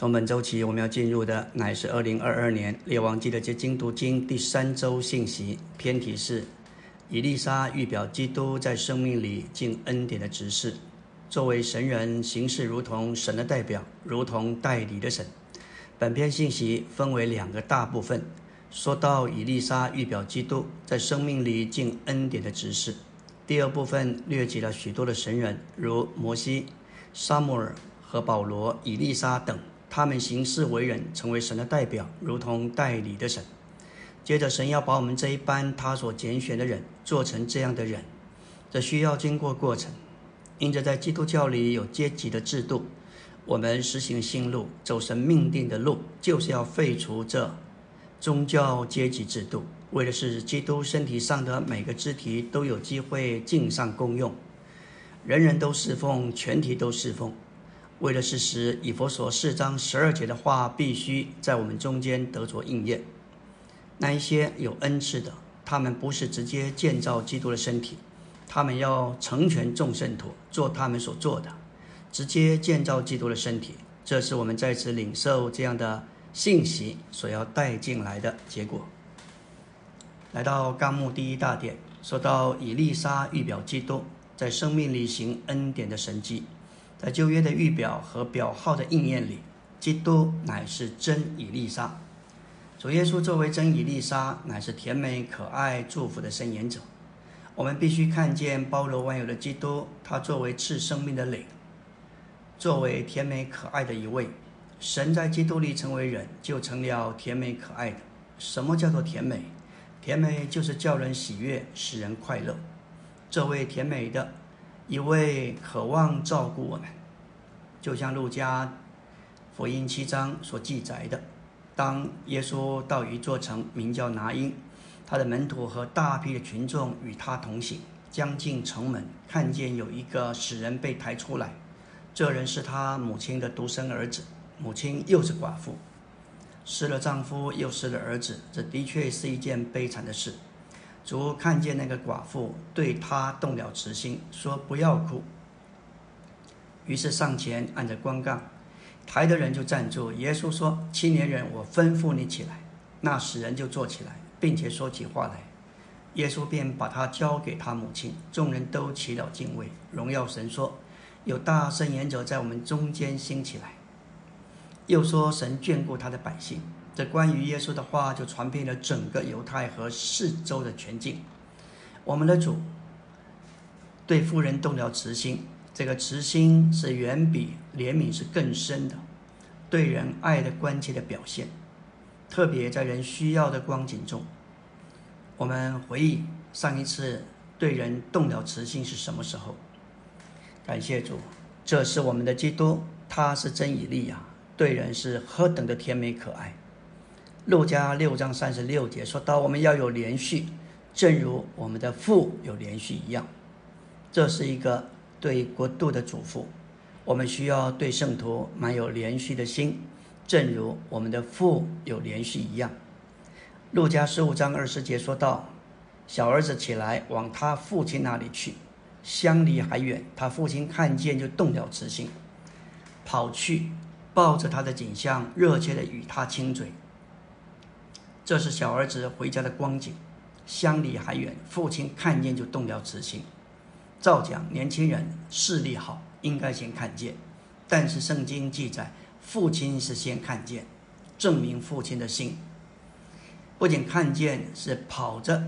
从本周起，我们要进入的乃是2022年列王记的经读经第3周信息，篇题是以利沙预表基督在生命里尽恩典的执事。作为神人，行事如同神的代表，如同代理的神。本篇信息分为2个大部分，说到以利沙预表基督在生命里尽恩典的执事。第二部分略记了许多的神人，如摩西、撒母耳和保罗、以利沙等，他们行事为人，成为神的代表，如同代理的神。接着神要把我们这一班他所拣选的人做成这样的人，这需要经过过程。因着在基督教里有阶级的制度，我们实行新路，走神命定的路，就是要废除这宗教阶级制度，为的是基督身体上的每个肢体都有机会尽上功用，人人都侍奉，全体都侍奉。为的是使以弗所4章12节的话必须在我们中间得着应验。那一些有恩赐的，他们不是直接建造基督的身体，他们要成全众圣徒，做他们所做的，直接建造基督的身体。这是我们在此领受这样的信息所要带进来的结果。来到纲目第一大点，说到以利沙预表基督在生命里行恩典的神迹。在旧约的预表和表号的应验里，基督乃是真以利沙。主耶稣作为真以利沙，乃是甜美可爱祝福的申言者。我们必须看见包罗万有的基督，他作为赐生命的灵，作为甜美可爱的一位。神在基督里成为人，就成了甜美可爱的。什么叫做甜美？甜美就是叫人喜悦，使人快乐。这位甜美的一位渴望照顾我们，就像路加福音7章所记载的，当耶稣到一座城名叫拿因，他的门徒和大批的群众与他同行，将近城门，看见有一个死人被抬出来，这人是他母亲的独生儿子，母亲又是寡妇，失了丈夫又失了儿子，这的确是一件悲惨的事。主看见那个寡妇，对他动了慈心，说不要哭。于是上前按着光杠，抬的人就站住。耶稣说，青年人，我吩咐你起来。那死人就坐起来，并且说起话来。耶稣便把他交给他母亲，众人都起了敬畏，荣耀神，说有大申言者在我们中间兴起来。又说神眷顾他的百姓。这关于耶稣的话就传遍了整个犹太和四周的全境。我们的主对妇人动了慈心，这个慈心是远比怜悯是更深的，对人爱的关切的表现，特别在人需要的光景中。我们回忆上一次对人动了慈心是什么时候？感谢主，这是我们的基督，他是真以利亚，对人是何等的甜美可爱。路加6章36节说到，我们要有连续，正如我们的父有连续一样。这是一个对国度的嘱咐，我们需要对圣徒满有连续的心，正如我们的父有连续一样。路加15章20节说到，小儿子起来往他父亲那里去，相离还远，他父亲看见就动了慈心，跑去抱着他的颈项，热切地与他亲嘴。这是小儿子回家的光景，相离还远，父亲看见就动了慈心。照讲，年轻人视力好，应该先看见，但是圣经记载，父亲是先看见，证明父亲的心。不仅看见，是跑着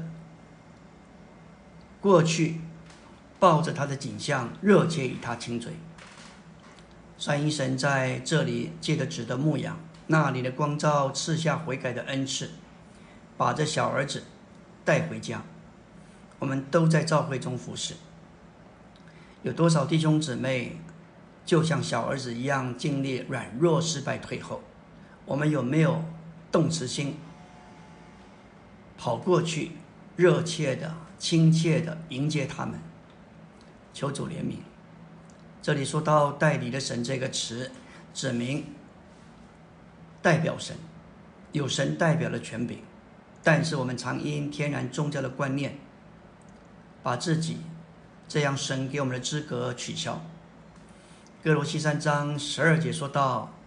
过去，抱着他的颈项，热切与他亲嘴。三一神在这里借着指的牧养，那里的光照赐下悔改的恩赐，把这小儿子带回家。我们都在教会中服侍，有多少弟兄姊妹就像小儿子一样经历软弱失败退后？我们有没有动慈心，跑过去热切的亲切的迎接他们？求主怜悯。这里说到代理的神这个词，指明代表神，有神代表的权柄，但是我们常因天然宗教的观念，把自己这样神给我们的资格取消。哥罗西3章12节说到，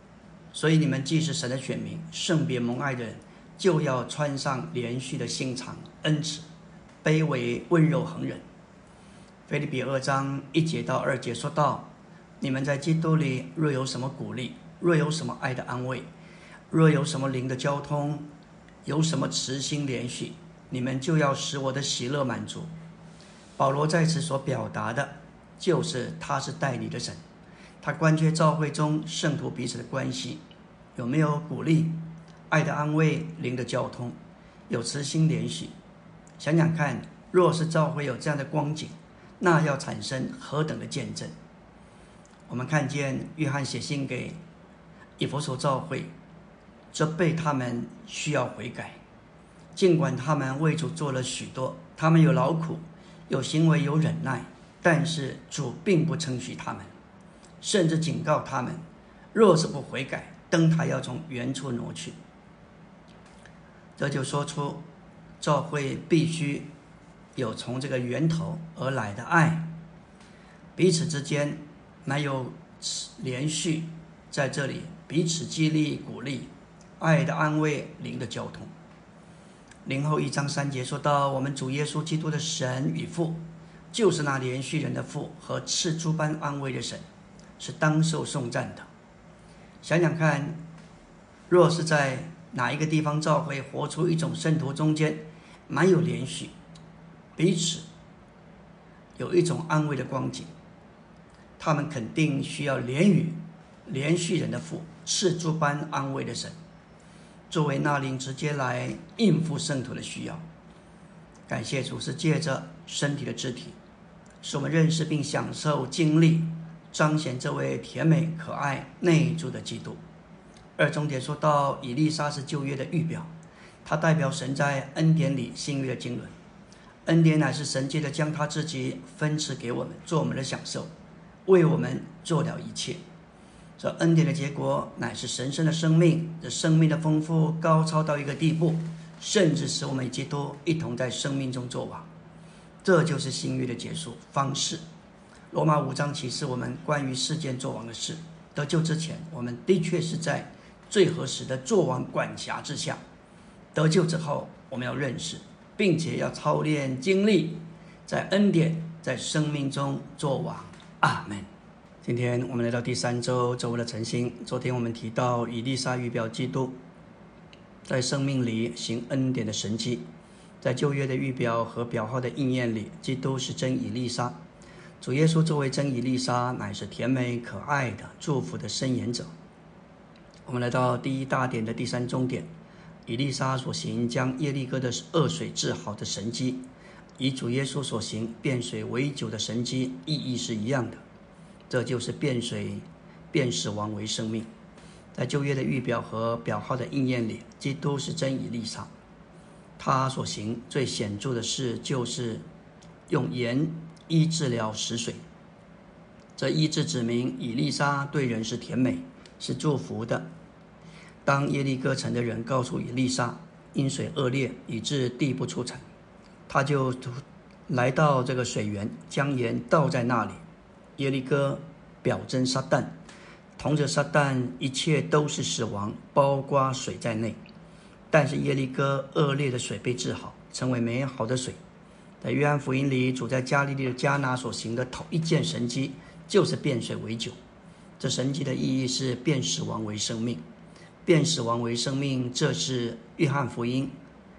所以你们既是神的选民，圣别蒙爱的人，就要穿上连续的心肠、恩慈、卑微、温柔、恒忍。腓立比2章1节到2节说到，你们在基督里若有什么鼓励，若有什么爱的安慰，若有什么灵的交通，有什么慈心连续，你们就要使我的喜乐满足。保罗在此所表达的就是他是代理的神，他关切教会中圣徒彼此的关系，有没有鼓励、爱的安慰、灵的交通，有慈心连续。想想看，若是教会有这样的光景，那要产生何等的见证。我们看见约翰写信给以弗所教会，责备他们需要悔改，尽管他们为主做了许多，他们有劳苦，有行为，有忍耐，但是主并不称许他们，甚至警告他们，若是不悔改，灯台要从原处挪去。这就说出教会必须有从这个源头而来的爱，彼此之间没有连续，在这里彼此激励鼓励，爱的安慰，灵的交通。林后1章3节说到，我们主耶稣基督的神与父，就是那连续人的父和赐诸般安慰的神，是当受颂赞的。想想看，若是在哪一个地方教会活出一种圣徒中间蛮有连续，彼此有一种安慰的光景，他们肯定需要连于连续人的父，赐诸般安慰的神，作为那灵直接来应付圣徒的需要。感谢主是借着身体的肢体，使我们认识并享受经历彰显这位甜美可爱内住的基督。二重点说到以利沙是旧约的预表，它代表神在恩典里新约的经纶。恩典乃是神借着将他自己分赐给我们，做我们的享受，为我们做了一切。这恩典的结果乃是神圣的生命，这生命的丰富高超到一个地步，甚至使我们与基督一同在生命中作王。这就是新约的结束方式。罗马5章启示我们关于世间作王的事。得救之前，我们的确是在最合适的作王管辖之下。得救之后，我们要认识并且要操练经历，在恩典在生命中作王。阿们。今天我们来到第3周周围的晨星。昨天我们提到以利沙预表基督在生命里行恩典的神迹，在旧约的预表和表号的应验里，基督是真以利沙。主耶稣作为真以利沙，乃是甜美可爱的祝福的申言者。我们来到第一大点的第3中点，以利沙所行将耶利哥的恶水治好的神迹，与主耶稣所行变水为酒的神迹意义是一样的。这就是变水变死亡为生命。在旧约的预表和表号的应验里，基督是真以利沙。他所行最显著的事就是用盐医治了死水。这医治指明以利沙对人是甜美，是祝福的。当耶利哥城的人告诉以利沙因水恶劣以致地不出产，他就来到这个水源，将盐倒在那里。耶利哥表征撒旦，同着撒旦一切都是死亡，包括水在内。但是耶利哥恶劣的水被治好，成为美好的水。在约翰福音里，主在加利利的迦拿所行的头一件神迹，就是变水为酒。这神迹的意义是变死亡为生命。变死亡为生命，这是约翰福音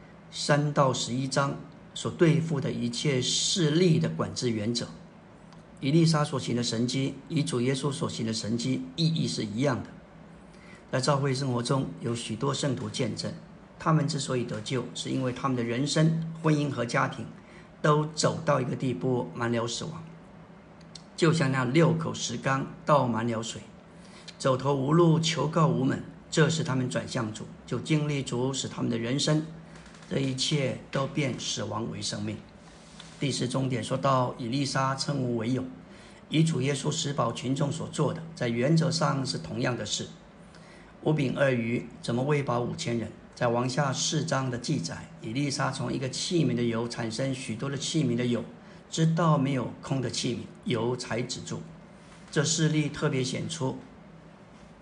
3到11章所对付的一切势力的管制原则。以利沙所行的神迹与主耶稣所行的神迹意义是一样的。在教会生活中，有许多圣徒见证，他们之所以得救，是因为他们的人生、婚姻和家庭都走到一个地步，满了死亡，就像那6口石缸倒满了水，走投无路，求告无门。这时他们转向主，就经历主使他们的人生，这一切都变死亡为生命。第4重点说到以利沙称无为有，以主耶稣食饱群众所做的，在原则上是同样的事。5饼2鱼怎么喂饱5000人？在往下4章的记载，以利沙从一个器皿的油产生许多的器皿的油，直到没有空的器皿，油才止住。这事例特别显出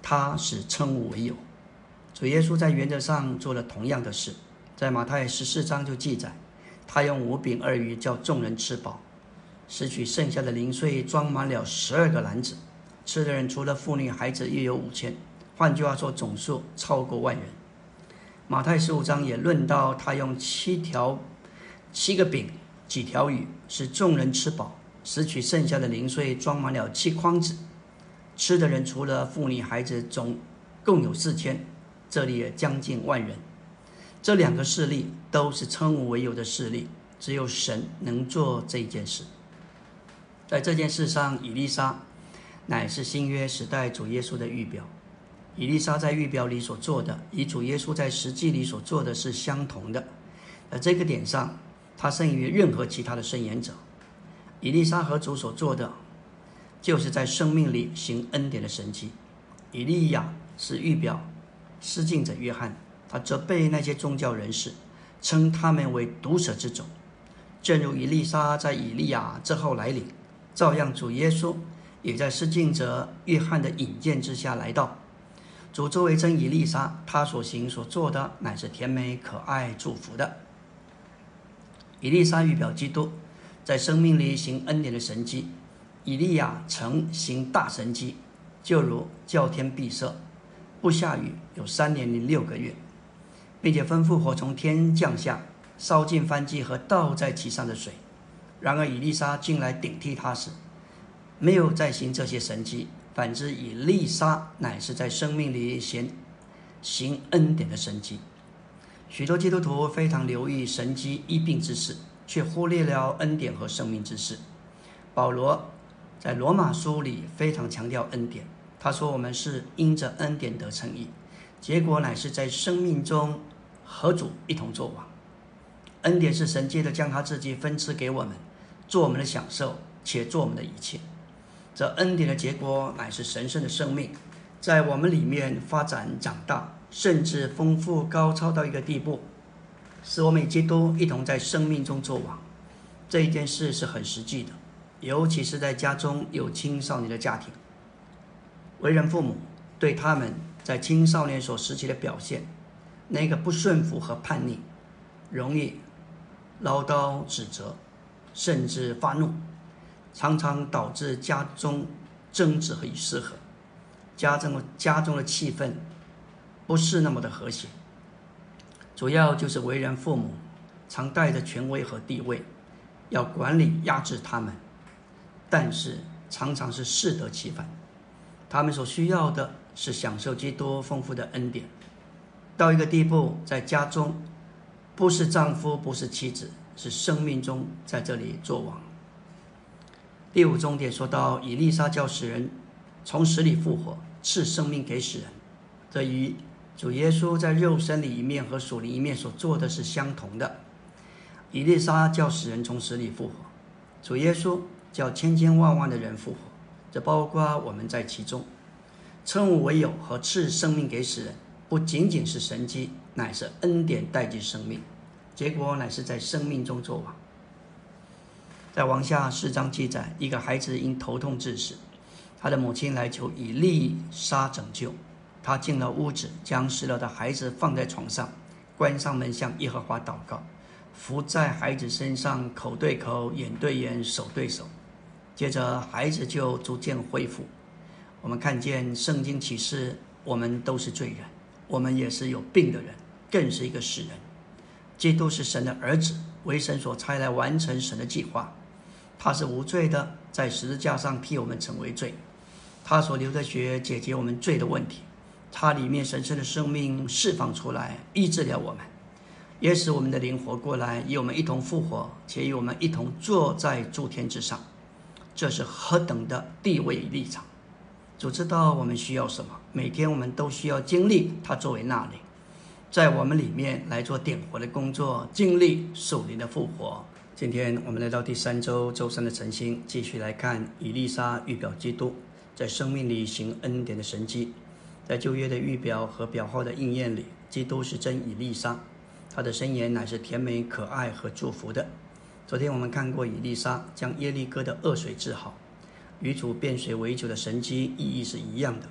他是称无为有。主耶稣在原则上做了同样的事，在马太14章就记载，他用5饼2鱼叫众人吃饱，拾取剩下的零碎装满了12个篮子，吃的人除了妇女孩子约有5000，换句话说，总数超过10000人。马太15章也论到他用7个饼几条鱼使众人吃饱，拾取剩下的零碎装满了7筐子，吃的人除了妇女孩子总共有4000，这里也将近10000人。这2个事例都是称无为有的事例，只有神能做这一件事。在这件事上，以利沙乃是新约时代主耶稣的预表。以利沙在预表里所做的，与主耶稣在实际里所做的是相同的。在这个点上，他胜于任何其他的申言者。以利沙和主所做的，就是在生命里行恩典的神迹。以利亚是预表施浸者约翰，他责备那些宗教人士，称他们为毒蛇之种。正如以利沙在以利亚之后来临，照样主耶稣也在施浸者约翰的引荐之下来到。主周围称以利沙，他所行所做的乃是甜美可爱祝福的。以利沙预表基督在生命里行恩典的神迹。以利亚曾行大神迹，就如叫天闭塞，不下雨有3年零6个月，并且吩咐火从天降下，烧尽燔祭和倒在其上的水。然而以利沙进来顶替他时，没有再行这些神迹，反之以利沙乃是在生命里行恩典的神迹。许多基督徒非常留意神迹医病之事，却忽略了恩典和生命之事。保罗在罗马书里非常强调恩典，他说我们是因着恩典得称义，结果乃是在生命中和主一同作王。恩典是神借着将他自己分赐给我们，做我们的享受，且做我们的一切。这恩典的结果乃是神圣的生命，在我们里面发展长大，甚至丰富高超到一个地步，使我们与基督一同在生命中作王。这一件事是很实际的，尤其是在家中有青少年的家庭，为人父母对他们在青少年所时期的表现，那个不顺服和叛逆，容易唠叨指责，甚至发怒，常常导致家中争执和失和，家中的气氛不是那么的和谐。主要就是为人父母常带着权威和地位，要管理压制他们，但是常常是适得其反。他们所需要的是享受基督丰富的恩典，到一个地步，在家中不是丈夫，不是妻子，是生命中在这里作王。第5重点说到以利沙叫死人从死里复活，赐生命给死人，这与主耶稣在肉身里一面和属灵一面所做的是相同的。以利沙叫死人从死里复活，主耶稣叫千千万万的人复活，这包括我们在其中。称无为有和赐生命给死人，不仅仅是神迹，乃是恩典代替生命，结果乃是在生命中作王。在往下4章记载，一个孩子因头痛致死，他的母亲来求以利沙拯救。他进了屋子，将死了的孩子放在床上，关上门，向耶和华祷告，伏在孩子身上，口对口，眼对眼，手对手。接着孩子就逐渐恢复。我们看见圣经启示，我们都是罪人，我们也是有病的人，更是一个死人。基督是神的儿子，为神所差来完成神的计划。他是无罪的，在十字架上替我们成为罪，他所流的血解决我们罪的问题，他里面神圣的生命释放出来，医治了我们，也使我们的灵活过来，与我们一同复活，且与我们一同坐在诸天之上。这是何等的地位与立场！主知道我们需要什么，每天我们都需要经历他作为那里，在我们里面来做点活的工作，经历属灵的复活。今天我们来到第3周周3的晨星，继续来看以利沙预表基督在生命里行恩典的神迹。在旧约的预表和表号的应验里，基督是真以利沙，他的箴言乃是甜美可爱和祝福的。昨天我们看过以利沙将耶利哥的恶水治好，与主变水为酒的神迹意义是一样的。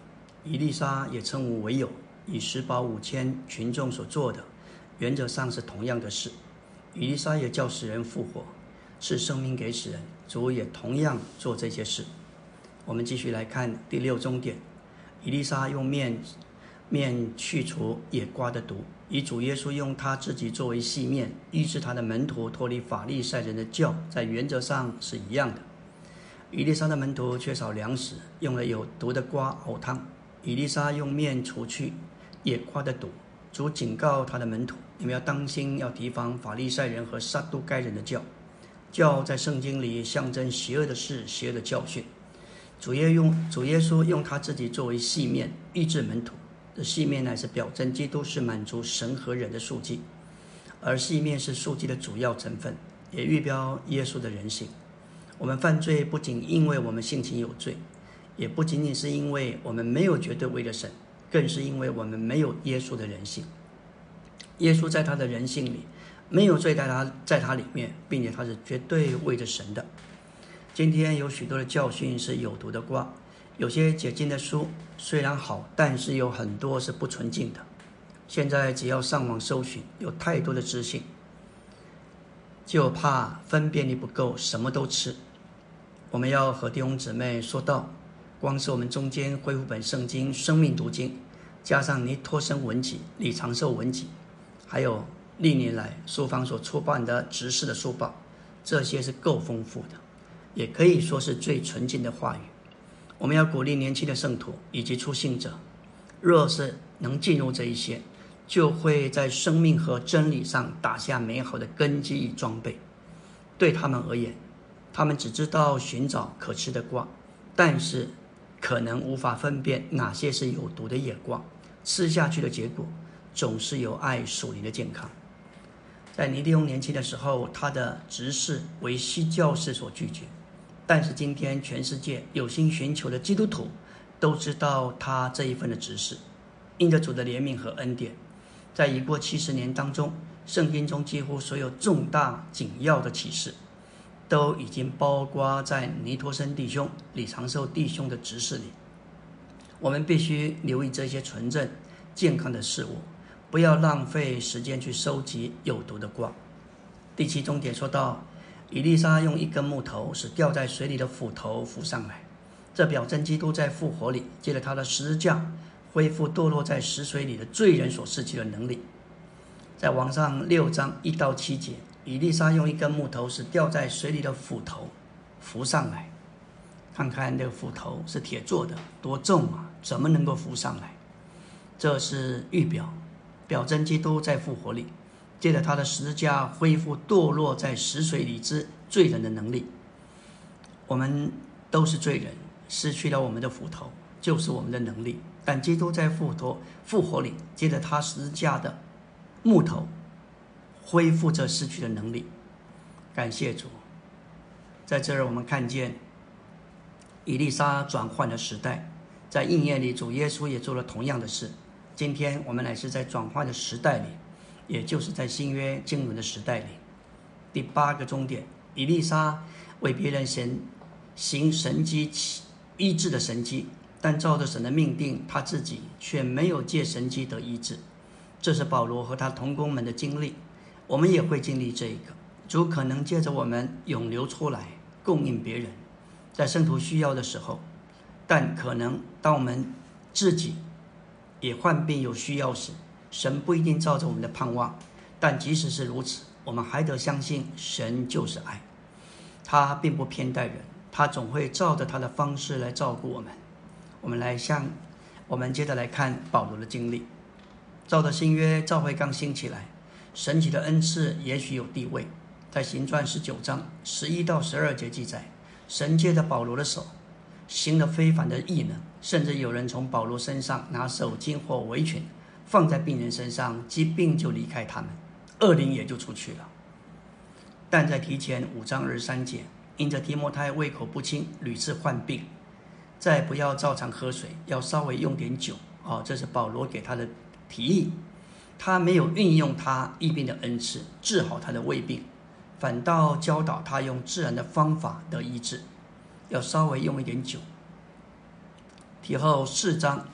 以利沙也称无为有，以食饱5000群众所做的，原则上是同样的事。以利沙也叫死人复活，赐生命给死人，主也同样做这些事。我们继续来看第6重点，以利沙用面去除野瓜的毒，以主耶稣用他自己作为细面，医治他的门徒脱离法利赛人的教，在原则上是一样的。以利沙的门徒缺少粮食，用了有毒的瓜熬汤。以利沙用面除去野瓜的毒，主警告他的门徒，你们要当心，要提防法利赛人和撒都该人的教。教在圣经里象征邪恶的事，邪恶的教训。主耶稣用他自己作为细面，医治门徒。这细面乃是表征基督是满足神和人的素祭，而细面是素祭的主要成分，也预表耶稣的人性。我们犯罪不仅因为我们性情有罪，也不仅仅是因为我们没有绝对为了神，更是因为我们没有耶稣的人性。耶稣在他的人性里没有罪在他里面，并且他是绝对为着神的。今天有许多的教训是有毒的瓜，有些解经的书虽然好，但是有很多是不纯净的。现在只要上网搜寻，有太多的资讯，就怕分辨力不够，什么都吃。我们要和弟兄姊妹说道，光是我们中间恢复本圣经生命读经，加上尼托生文集、李长寿文集，还有历年来书房所出版的执事的书报，这些是够丰富的，也可以说是最纯净的话语。我们要鼓励年轻的圣徒以及初信者，若是能进入这一些，就会在生命和真理上打下美好的根基与装备。对他们而言，他们只知道寻找可吃的瓜，但是可能无法分辨哪些是有毒的野瓜，吃下去的结果总是有碍属灵的健康。在尼利翁年轻的时候，他的执事为西教士所拒绝，但是今天全世界有心寻求的基督徒都知道他这一份的执事。因着主的怜悯和恩典，在已过70年当中，圣经中几乎所有重大紧要的启示都已经包括在尼托生弟兄、李长寿弟兄的执事里。我们必须留意这些纯正健康的事物，不要浪费时间去收集有毒的瓜。第7重点说到，以利沙用一根木头使掉在水里的斧头浮上来，这表征基督在复活里借着他的十字架恢复堕落在死水里的罪人所失去的能力。在王上6章1到7节，以利沙用一根木头使掉在水里的斧头浮上来。看看这个斧头是铁做的，多重啊，怎么能够浮上来？这是预表征基督在复活里借着他的十字架恢复堕落在死水里之罪人的能力。我们都是罪人，失去了我们的斧头就是我们的能力，但基督在复活里借着他十字架的木头恢复这失去的能力。感谢主。在这儿我们看见以利沙转换的时代，在应验里主耶稣也做了同样的事。今天我们乃是在转换的时代里，也就是在新约经纶的时代里。第8个重点，以利沙为别人行神迹医治的神迹，但照着神的命定，他自己却没有借神迹得医治。这是保罗和他同工们的经历，我们也会经历这一个。主可能借着我们涌流出来供应别人，在圣徒需要的时候，但可能当我们自己也患病有需要时，神不一定照着我们的盼望，但即使是如此，我们还得相信神就是爱，他并不偏待人，他总会照着他的方式来照顾我们。我们接着来看保罗的经历。照着新约教会刚兴起来，神奇的恩赐也许有地位。在行传19章11到12节记载，神借着保罗的手行了非凡的异能，甚至有人从保罗身上拿手巾或围裙放在病人身上，疾病就离开他们，恶灵也就出去了。但在提前5章23节，因着提摩太胃口不清，屡次患病，再不要照常喝水，要稍微用点酒。这是保罗给他的提议。他没有运用他医病的恩赐治好他的胃病，反倒教导他用自然的方法得医治，要稍微用一点酒。提后4章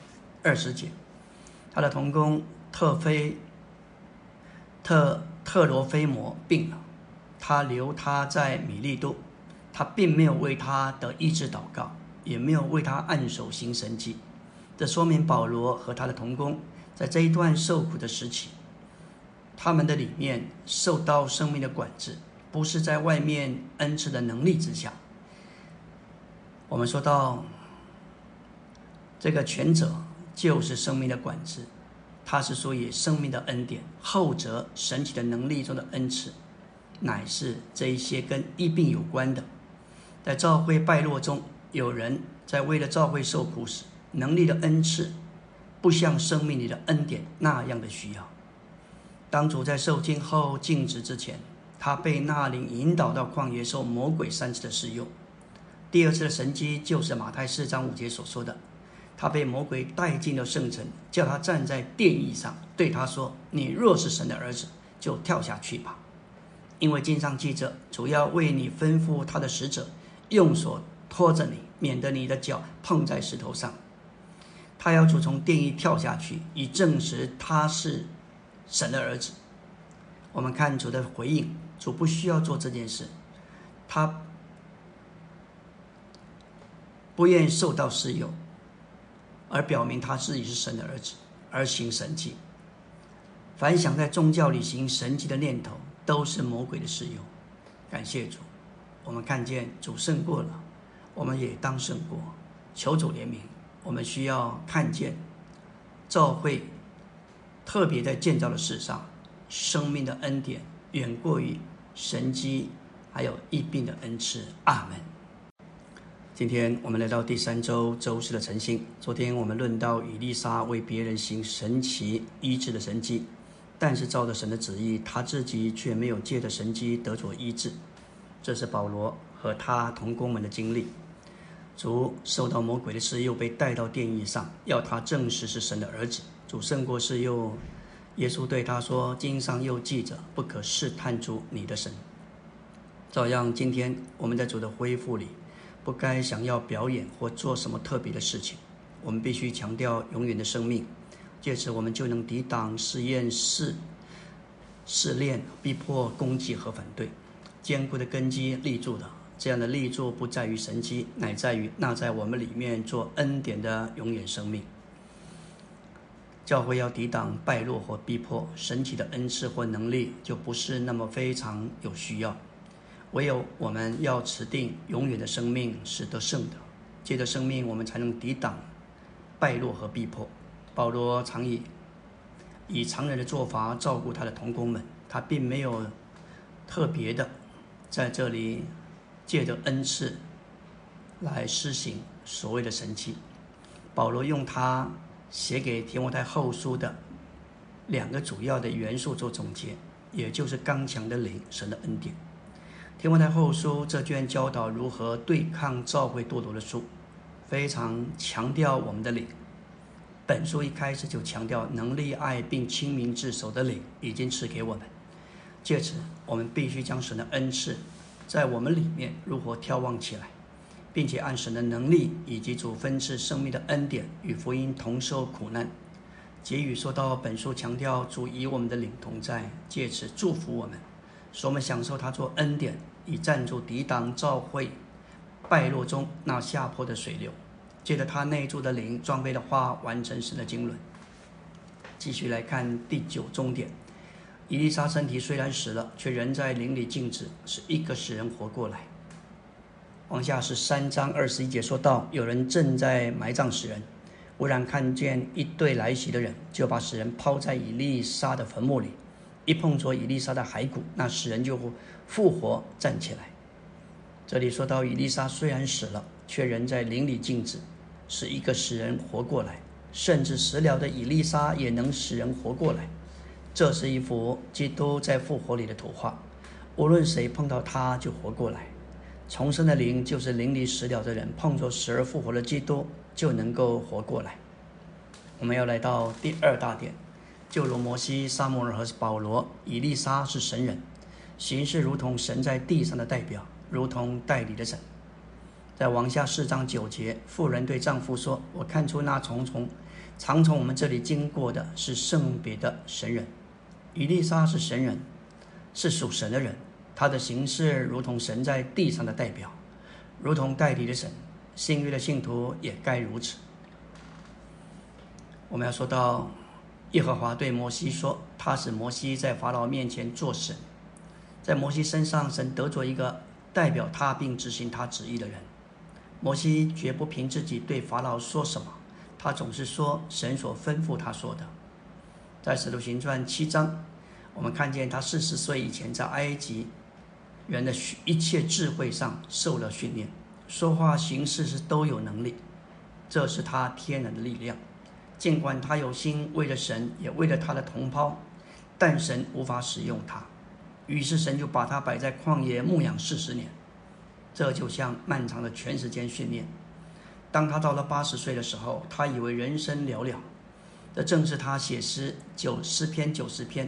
20节，他的同工特罗菲摩病了，他留他在米利都，他并没有为他得医治祷告，也没有为他按手行神迹。这说明保罗和他的同工在这一段受苦的时期，他们的里面受到生命的管制，不是在外面恩赐的能力之下。我们说到这个前者就是生命的管制，它是属于生命的恩典；后者神奇的能力中的恩赐，乃是这一些跟疫病有关的。在教会败落中，有人在为了教会受苦时，能力的恩赐不像生命里的恩典那样的需要。当主在受惊后禁止之前，他被那灵引导到旷野，受魔鬼3次的试诱。第2次的神迹就是马太4章5节所说的，他被魔鬼带进了圣城，叫他站在殿椅上，对他说：你若是神的儿子，就跳下去吧。因为经上记着，主要为你吩咐他的使者，用手托着你，免得你的脚碰在石头上。他要主从殿椅跳下去，以证实他是神的儿子。我们看主的回应，主不需要做这件事，他不愿受到试诱，而表明他自己是神的儿子，而行神迹。凡想在宗教里行神迹的念头，都是魔鬼的试诱。感谢主，我们看见主胜过了，我们也当胜过。求主怜悯，我们需要看见教会特别在建造的事上，生命的恩典远过于神迹还有疫病的恩赐。阿们。今天我们来到第3周周四的晨星。昨天我们论到以利沙为别人行神奇医治的神迹，但是照着神的旨意，他自己却没有借着神迹得着医治。这是保罗和他同工们的经历。主受到魔鬼的试诱，被带到殿椅上，要他证实是神的儿子。主胜过试诱，耶稣对他说：经上又记着，不可试探主你的神。照样今天我们在主的恢复里，不该想要表演或做什么特别的事情，我们必须强调永远的生命，借此我们就能抵挡试验、试炼、逼迫、攻击和反对。坚固的根基立住了，这样的立住不在于神迹，乃在于那在我们里面做恩典的永远生命。教会要抵挡败落或逼迫，神奇的恩赐或能力就不是那么非常有需要。唯有我们要持定永远的生命是得胜的，借着生命我们才能抵挡败落和逼迫。保罗常以常人的做法照顾他的同工们，他并没有特别的在这里借着恩赐来施行所谓的神迹。保罗用他写给提摩太后书的2个主要的元素做总结，也就是刚强的灵、神的恩典。提摩太后书这卷教导如何对抗教会堕落的书，非常强调我们的灵。本书一开始就强调能力、爱并亲民自守的灵已经赐给我们，借此我们必须将神的恩赐在我们里面如何眺望起来，并且按神的能力以及主分赐生命的恩典与福音同受苦难。结语说到本书强调主与我们的灵同在，借此祝福我们，使我们享受他做恩典，以赞助抵挡教会败落中那下坡的水流。借着他内住的灵装备的话，完成神的经纶。继续来看第9重点，以利沙身体虽然死了，却仍在灵里静止，使一个死人活过来。往下是3章21节说到，有人正在埋葬死人，忽然看见一队来袭的人，就把死人抛在以利沙的坟墓里，一碰着以利沙的骸骨，那死人就复活站起来。这里说到以利沙虽然死了，却仍在灵里静止，使一个死人活过来，甚至死了的以利沙也能使人活过来。这是一幅基督在复活里的图画，无论谁碰到他就活过来。重生的灵就是灵里死了的人碰着死而复活的基督就能够活过来。我们要来到第2大点，就如摩西、撒母耳和保罗，以利沙是神人，行事如同神在地上的代表，如同代理的神。在往下4章9节，妇人对丈夫说：我看出那虫常从我们这里经过的是圣别的神人。以利沙是神人，是属神的人，他的行事如同神在地上的代表，如同代理的神。新约的信徒也该如此。我们要说到耶和华对摩西说，他使摩西在法老面前做神。在摩西身上，神得着一个代表他并执行他旨意的人。摩西绝不凭自己对法老说什么，他总是说神所吩咐他说的。在使徒行传7章，我们看见他40岁以前在埃及人的一切智慧上受了训练，说话行事是都有能力，这是他天然的力量。尽管他有心为了神，也为了他的同胞，但神无法使用他，于是神就把他摆在旷野牧养40年。这就像漫长的全时间训练。当他到了80岁的时候，他以为人生寥寥，这正是他写诗诗篇90篇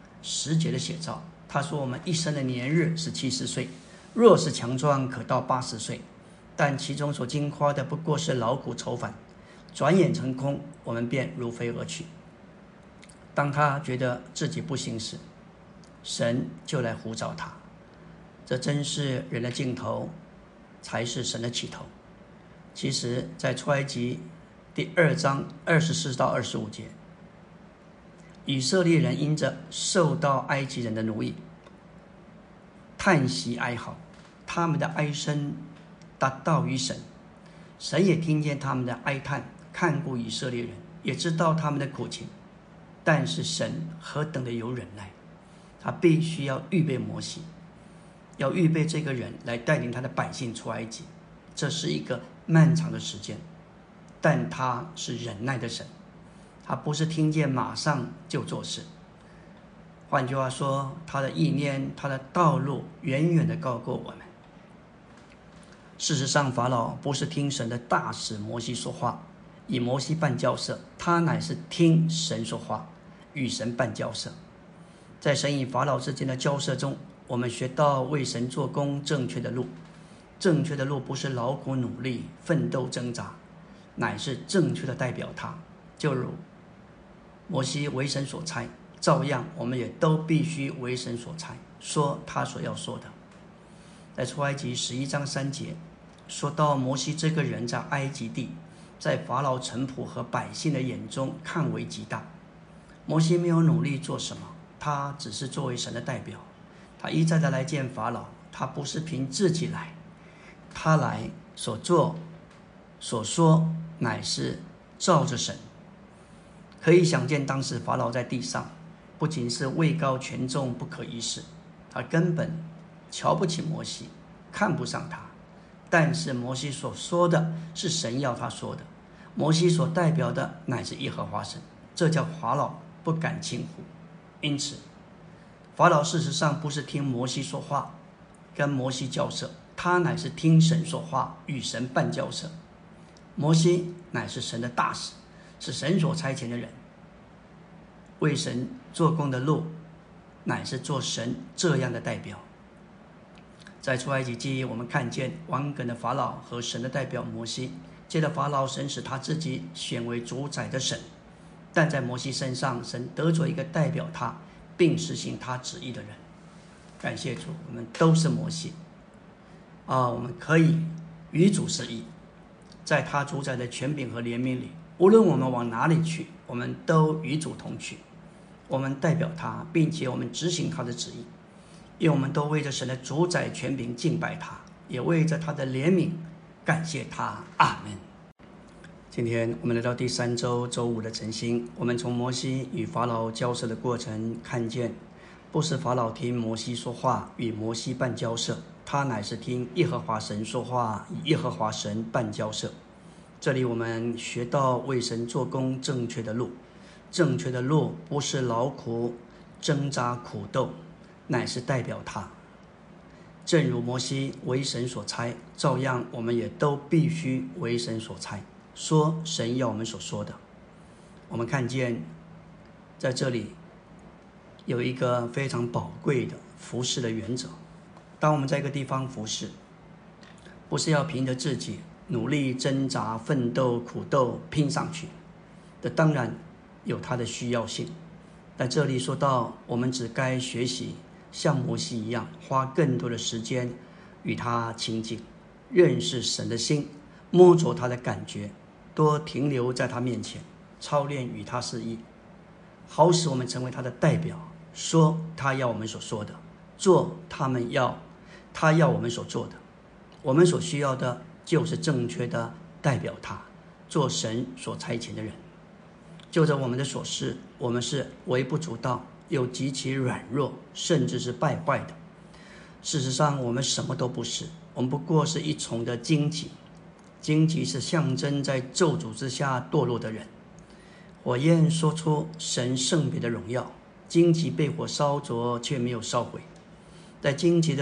10节的写照。他说，我们一生的年日是70岁，若是强壮可到80岁，但其中所经夸的不过是劳苦愁烦，转眼成空，我们便如飞而去。当他觉得自己不行时，神就来呼召他。这真是人的尽头，才是神的起头。其实在出埃及第2章24到25节，以色列人因着受到埃及人的奴役，叹息哀嚎，他们的哀声达到于神，神也听见他们的哀叹，看顾以色列人，也知道他们的苦情。但是神何等的有忍耐，他必须要预备摩西，要预备这个人来带领他的百姓出埃及。这是一个漫长的时间，但他是忍耐的神，他不是听见马上就做事。换句话说，他的意念，他的道路远远的高过我们。事实上，法老不是听神的大使摩西说话，以摩西办交涉，他乃是听神说话，与神办交涉。在神与法老之间的交涉中，我们学到为神做工正确的路。正确的路不是劳苦努力、奋斗挣扎，乃是正确的代表他。就如摩西为神所差，照样我们也都必须为神所差，说他所要说的。在出埃及11章3节，说到摩西这个人在埃及地，在法老臣仆和百姓的眼中看为极大。摩西没有努力做什么，他只是作为神的代表，他一再的来见法老，他不是凭自己来，他来所做所说乃是照着神。可以想见，当时法老在地上不仅是位高权重不可一世，他根本瞧不起摩西，看不上他。但是摩西所说的是神要他说的，摩西所代表的乃是耶和华神，这叫法老不敢轻忽。因此法老事实上不是听摩西说话，跟摩西交涉，他乃是听神说话，与神办交涉。摩西乃是神的大使，是神所差遣的人，为神做工的路，乃是做神这样的代表。在出埃及记，我们看见顽梗的法老和神的代表摩西，接着法老神使他自己选为主宰的神，但在摩西身上，神得着一个代表他并实行他旨意的人。感谢主，我们都是摩西我们可以与主是一，在他主宰的权柄和怜悯里，无论我们往哪里去，我们都与主同去。我们代表他，并且我们执行他的旨意，因为我们都为着神的主宰权柄敬拜他，也为着他的怜悯感谢他。阿们。今天我们来到第3周周5的晨星，我们从摩西与法老交涉的过程看见，不是法老听摩西说话，与摩西办交涉，他乃是听耶和华神说话，与耶和华神办交涉。这里我们学到为神做工正确的路。正确的路不是劳苦挣扎苦斗，乃是代表他。正如摩西为神所差，照样我们也都必须为神所差，说神要我们所说的。我们看见在这里有一个非常宝贵的服事的原则。当我们在一个地方服事，不是要凭着自己努力挣扎奋斗苦斗拼上去， 这当然有它的需要性。但这里说到，我们只该学习像摩西一样，花更多的时间与他亲近，认识神的心，摸着他的感觉，多停留在他面前，操练与他示意，好使我们成为他的代表，说他要我们所说的，做他要我们所做的。我们所需要的就是正确的代表他，做神所差遣的人。就着我们的所事，我们是微不足道，又极其软弱，甚至是败坏的。事实上，我们什么都不是，我们不过是一丛的荆棘。荆棘是象征在咒诅之下堕落的人。火焰说出神圣别的荣耀，荆棘被火烧着，却没有烧毁。在荆棘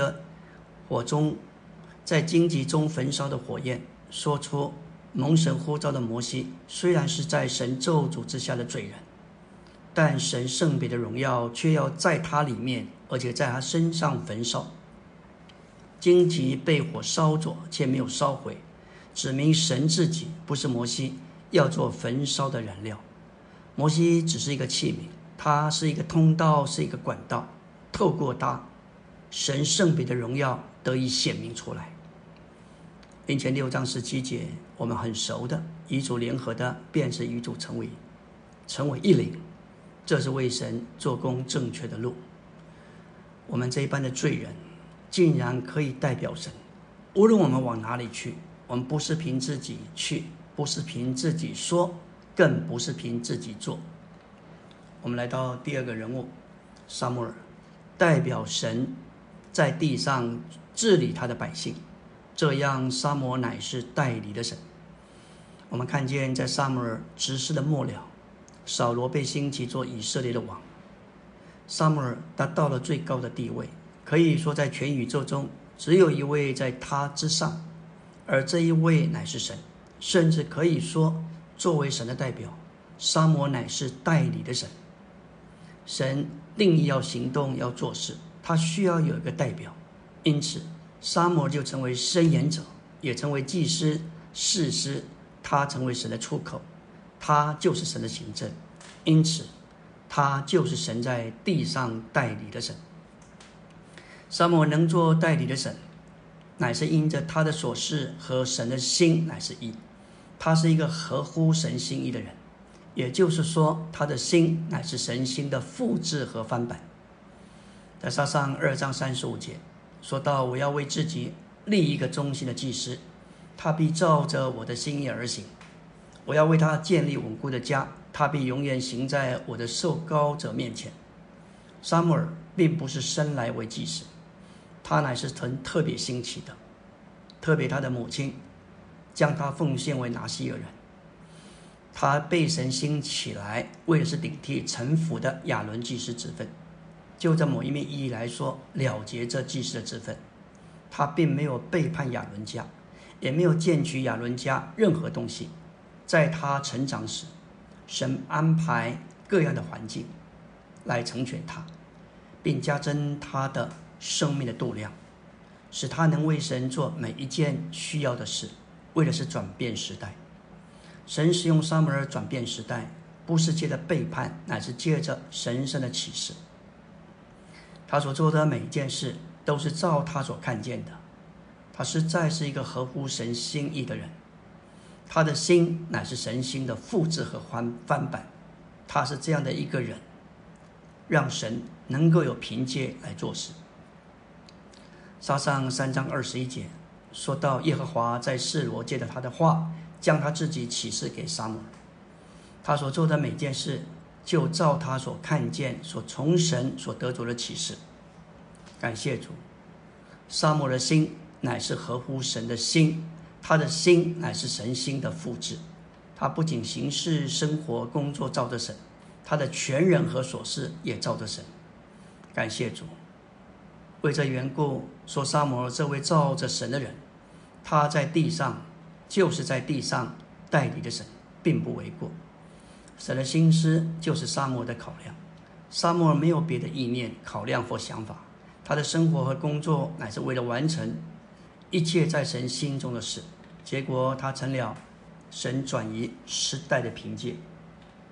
中焚烧的火焰，说出蒙神呼召的摩西，虽然是在神咒诅之下的罪人，但神圣别的荣耀却要在他里面，而且在他身上焚烧。荆棘被火烧着，却没有烧毁，指明神自己，不是摩西，要做焚烧的燃料。摩西只是一个器皿，他是一个通道，是一个管道，透过他，神圣别的荣耀得以显明出来。林前6章17节，我们很熟的，与主联合的，便是与主成为一灵，这是为神做工正确的路。我们这一般的罪人，竟然可以代表神，无论我们往哪里去，我们不是凭自己去，不是凭自己说，更不是凭自己做。我们来到第二个人物撒母耳，代表神在地上治理他的百姓，这样撒母耳乃是代理的神。我们看见在撒母耳执事的末了，扫罗被兴起做以色列的王，撒母耳达到了最高的地位，可以说在全宇宙中只有一位在他之上，而这一位乃是神。甚至可以说，作为神的代表，撒母耳乃是代理的神。神定义要行动，要做事，他需要有一个代表，因此撒母耳就成为申言者，也成为祭司、士师，他成为神的出口，他就是神的行政，因此他就是神在地上代理的神。撒母耳能做代理的神，乃是因着他的所事和神的心乃是一，他是一个合乎神心意的人，也就是说，他的心乃是神心的复制和翻版。在撒上2章35节说到，我要为自己立一个忠心的祭司，他必照着我的心意而行。我要为他建立稳固的家，他必永远行在我的受膏者面前。撒母耳并不是生来为祭司，他乃是神特别兴起的，特别他的母亲将他奉献为拿西尔人。他被神兴起来，为的是顶替臣服的亚伦祭司之分。就这某一面意义来说，了结这祭司的职分。他并没有背叛亚伦家，也没有荐取亚伦家任何东西。在他成长时，神安排各样的环境来成全他，并加增他的生命的度量，使他能为神做每一件需要的事，为的是转变时代。神使用撒母耳转变时代，不是借着背叛，乃是借着神圣的启示。他所做的每一件事都是照他所看见的，他实在是一个合乎神心意的人。他的心乃是神心的复制和翻版，他是这样的一个人，让神能够有凭借来做事。撒上3章21节说到，耶和华在示罗借着他的话，将他自己启示给撒母耳。他所做的每件事，就照他所看见、所从神所得着的启示。感谢主，撒母耳的心乃是合乎神的心，他的心乃是神心的复制。他不仅行事、生活、工作照着神，他的全人和所事也照着神。感谢主，为这缘故说，撒母耳这位照着神的人，他在地上就是在地上代理的神，并不为过。神的心思就是撒母耳的考量，撒母耳没有别的意念、考量或想法，他的生活和工作乃是为了完成一切在神心中的事。结果他成了神转移时代的凭借。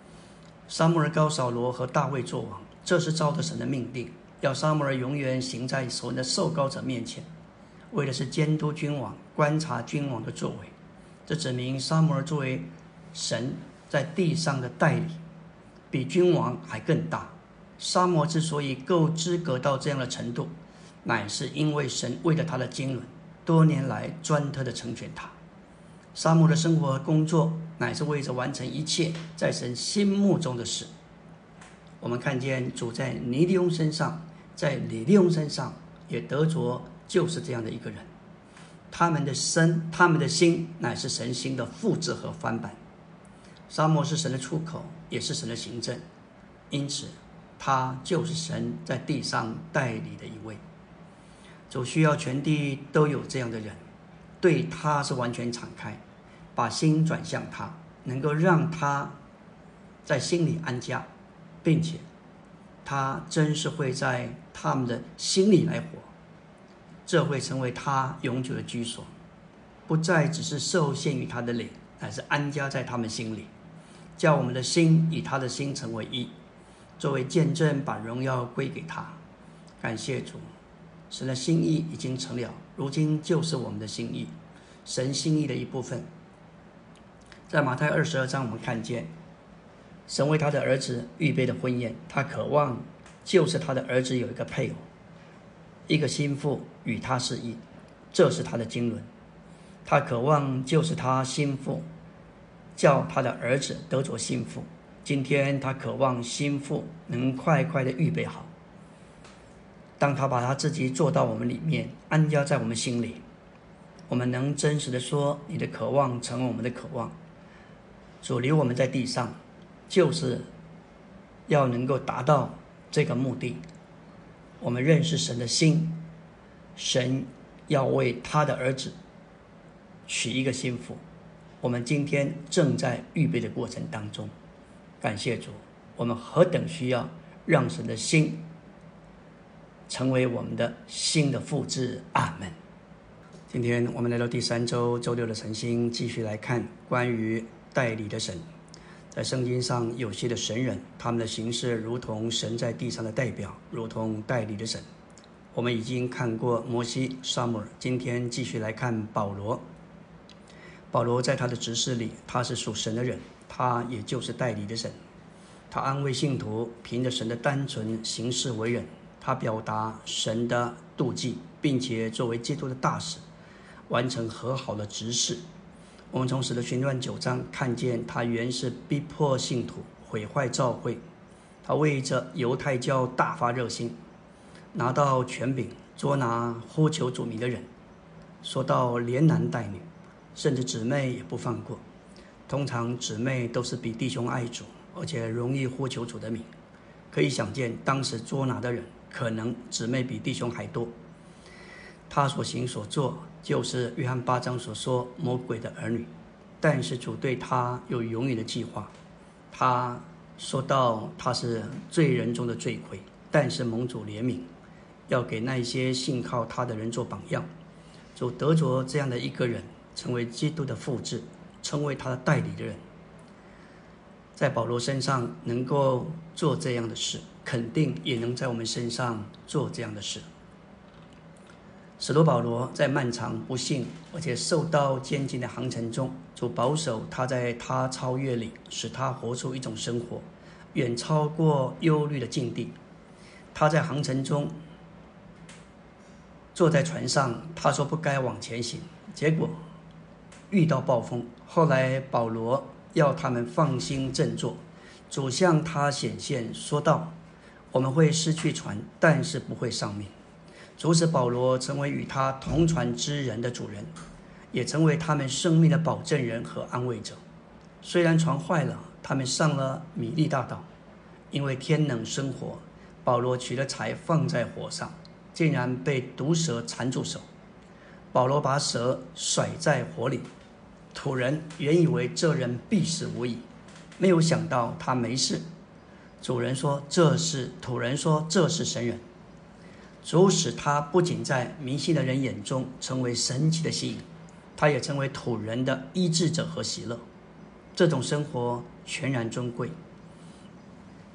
撒母耳膏扫罗和大卫做王，这是照着神的命定，要撒母耳永远行在神的受膏者面前，为的是监督君王，观察君王的作为。这指明撒母耳作为神在地上的代理，比君王还更大。撒母耳之所以够资格到这样的程度，乃是因为神为了他的经纶，多年来专特的成全他。撒母耳的生活和工作，乃是为着完成一切在神心目中的事。我们看见主在尼利翁身上，在以利翁身上也得着就是这样的一个人。他们的心乃是神心的复制和翻版。撒母耳是神的出口，也是神的行政，因此他就是神在地上代理的一位。主需要全地都有这样的人，对他是完全敞开，把心转向他，能够让他在心里安家，并且他真是会在他们的心里来活，这会成为他永久的居所，不再只是受限于他的灵，乃是安家在他们心里，叫我们的心与他的心成为一，作为见证，把荣耀归给他。感谢主，神的心意已经成了，如今就是我们的心意，神心意的一部分。在马太22章，我们看见神为他的儿子预备的婚宴，他渴望就是他的儿子有一个配偶，一个心腹与他是一，这是他的经纶。他渴望就是他心腹叫他的儿子得着心腹。今天他渴望心腹能快快的预备好，当他把他自己做到我们里面，安家在我们心里，我们能真实的说，你的渴望成为我们的渴望。主留我们在地上，就是要能够达到这个目的。我们认识神的心，神要为他的儿子娶一个心腹，我们今天正在预备的过程当中。感谢主，我们何等需要让神的心成为我们的心的复制。阿们。今天我们来到第3周周六的晨星，继续来看关于代理的神。在圣经上有些的神人，他们的形式如同神在地上的代表，如同代理的神。我们已经看过摩西、撒母耳，今天继续来看保罗。保罗在他的职事里，他是属神的人，他也就是代理的神。他安慰信徒，凭着神的单纯行事为人，他表达神的妒忌，并且作为基督的大使，完成和好的职事。我们从使徒行传9章看见，他原是逼迫信徒，毁坏教会，他为着犹太教大发热心，拿到权柄，捉拿呼求主名的人，说到连男带女，甚至姊妹也不放过。通常姊妹都是比弟兄爱主，而且容易呼求主的名。可以想见，当时捉拿的人，可能姊妹比弟兄还多。他所行所做，就是约翰8章所说魔鬼的儿女。但是主对他有永远的计划。他说到他是罪人中的罪魁，但是蒙主怜悯，要给那些信靠他的人做榜样。主得着这样的一个人，成为基督的复制，成为他的代理的人。在保罗身上能够做这样的事，肯定也能在我们身上做这样的事。使徒保罗在漫长不幸而且受到监禁的航程中，主保守他，在他超越里，使他活出一种生活，远超过忧虑的境地。他在航程中坐在船上，他说不该往前行，结果遇到暴风。后来保罗要他们放心振作，主向他显现，说道：我们会失去船，但是不会丧命。主使保罗成为与他同船之人的主人，也成为他们生命的保证人和安慰者。虽然船坏了，他们上了米利大岛，因为天冷生火，保罗取了柴放在火上，竟然被毒蛇缠住手。保罗把蛇甩在火里，土人原以为这人必死无疑，没有想到他没事。土人说这是神人。主使他不仅在迷信的人眼中成为神奇的吸引，他也成为土人的医治者和喜乐。这种生活全然尊贵。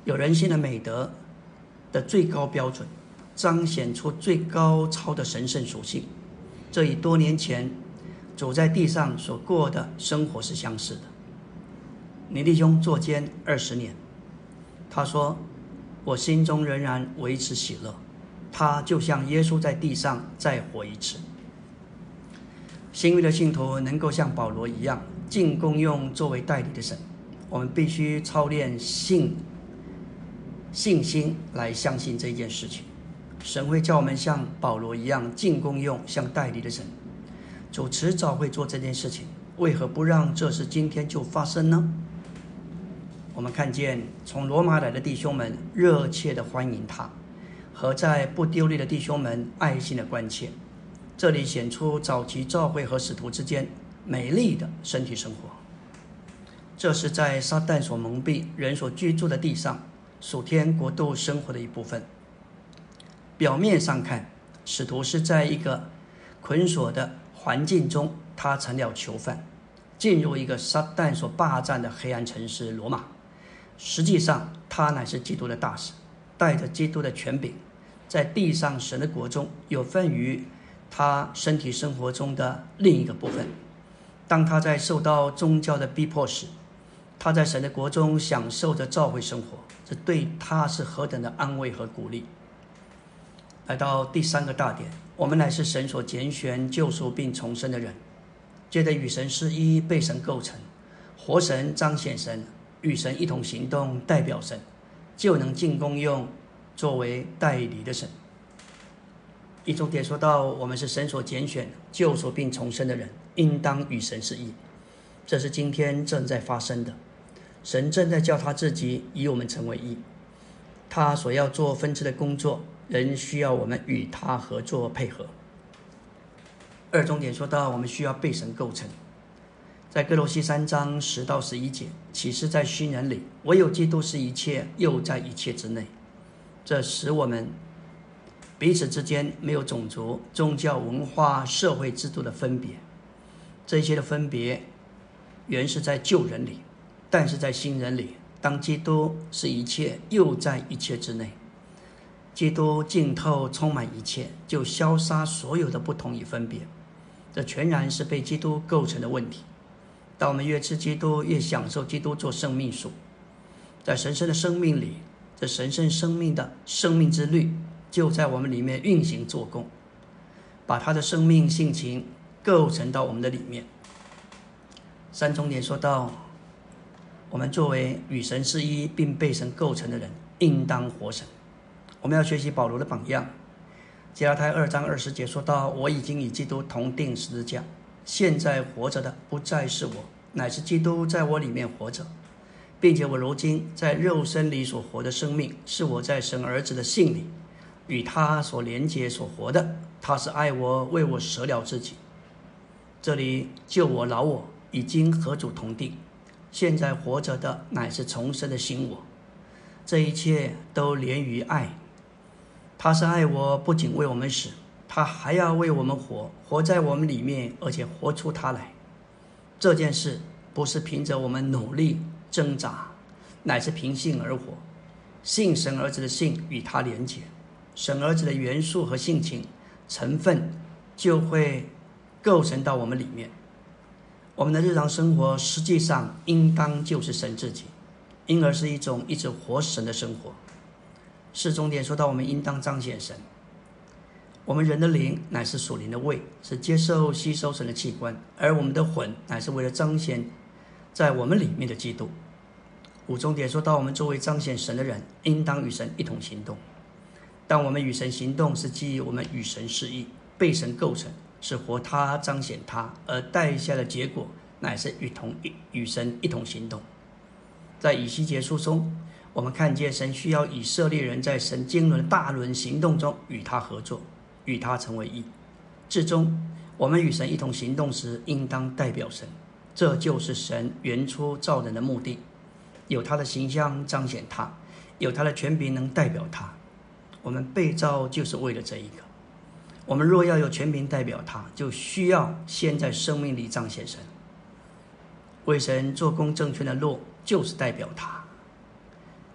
有人性的美德的最高标准，彰显出最高超的神圣属性。这与多年前主在地上所过的生活是相似的。你弟兄作监20年，他说：“我心中仍然维持喜乐。”他就像耶稣在地上再活一次。新约的信徒能够像保罗一样，尽功用作为代理的神。我们必须操练信心来相信这件事情。神会叫我们像保罗一样尽功用，像代理的神。主迟早会做这件事情，为何不让这事今天就发生呢？我们看见从罗马来的弟兄们热切的欢迎他，和在不丢力的弟兄们爱心的关切。这里显出早期教会和使徒之间美丽的身体生活。这是在撒旦所蒙蔽、人所居住的地上属天国度生活的一部分。表面上看，使徒是在一个捆锁的环境中，他成了囚犯，进入一个撒旦所霸占的黑暗城市罗马。实际上，他乃是基督的大使，带着基督的权柄，在地上神的国中有份于他身体生活中的另一个部分。当他在受到宗教的逼迫时，他在神的国中享受着教会生活，这对他是何等的安慰和鼓励。来到第3个大点，我们乃是神所拣选、救赎并重生的人，借着与神是一，被神构成，活神彰显神，与神一同行动，代表神，就能尽功用作为代理的神。一重点说到，我们是神所拣选、救赎并重生的人，应当与神是一。这是今天正在发生的。神正在叫他自己与我们成为一，他所要做分支的工作，人需要我们与他合作配合。2重点说到，我们需要被神构成。在哥罗西3章10到11节，启示在新人里，唯有基督是一切，又在一切之内。这使我们彼此之间没有种族、宗教、文化、社会制度的分别。这些的分别原是在旧人里，但是在新人里，当基督是一切，又在一切之内，基督浸透充满一切，就消杀所有的不同与分别。这全然是被基督构成的问题。当我们越吃基督，越享受基督做生命树。在神圣的生命里，这神圣生命的生命之律就在我们里面运行做工，把他的生命性情构成到我们的里面。3重点说到，我们作为与神是一并被神构成的人，应当活神。我们要学习保罗的榜样。加拉太2章20节说到，我已经与基督同定十字架，现在活着的不再是我，乃是基督在我里面活着，并且我如今在肉身里所活的生命，是我在神儿子的信里与他所连结所活的。他是爱我，为我舍了自己。这里救我老我已经和主同定，现在活着的乃是重生的新我。这一切都连于爱。他是爱我，不仅为我们死，他还要为我们活，活在我们里面，而且活出他来。这件事不是凭着我们努力挣扎，乃是凭信而活。信神儿子的信与他连结，神儿子的元素和性情成分就会构成到我们里面。我们的日常生活实际上应当就是神自己，因而是一种一直活神的生活。4重点说到，我们应当彰显神。我们人的灵乃是属灵的胃，是接受吸收神的器官，而我们的魂乃是为了彰显在我们里面的基督。5重点说到，我们作为彰显神的人，应当与神一同行动。当我们与神行动，是基于我们与神是一，被神构成，是活他彰显他，而带下的结果乃是与神一同行动。在以西结书中，我们看见神需要以色列人在神经纶的大轮行动中与他合作，与他成为一。至终我们与神一同行动时，应当代表神，这就是神原初造人的目的，有他的形象彰显他，有他的权柄能代表他。我们被造就是为了这一个。我们若要有权柄代表他，就需要先在生命里彰显神。为神做工正确的路就是代表他。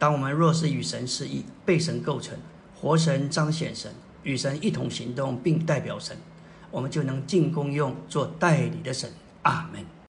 当我们若是与神是一，被神构成，活神彰显神，与神一同行动并代表神，我们就能尽功用做代理的神。阿门。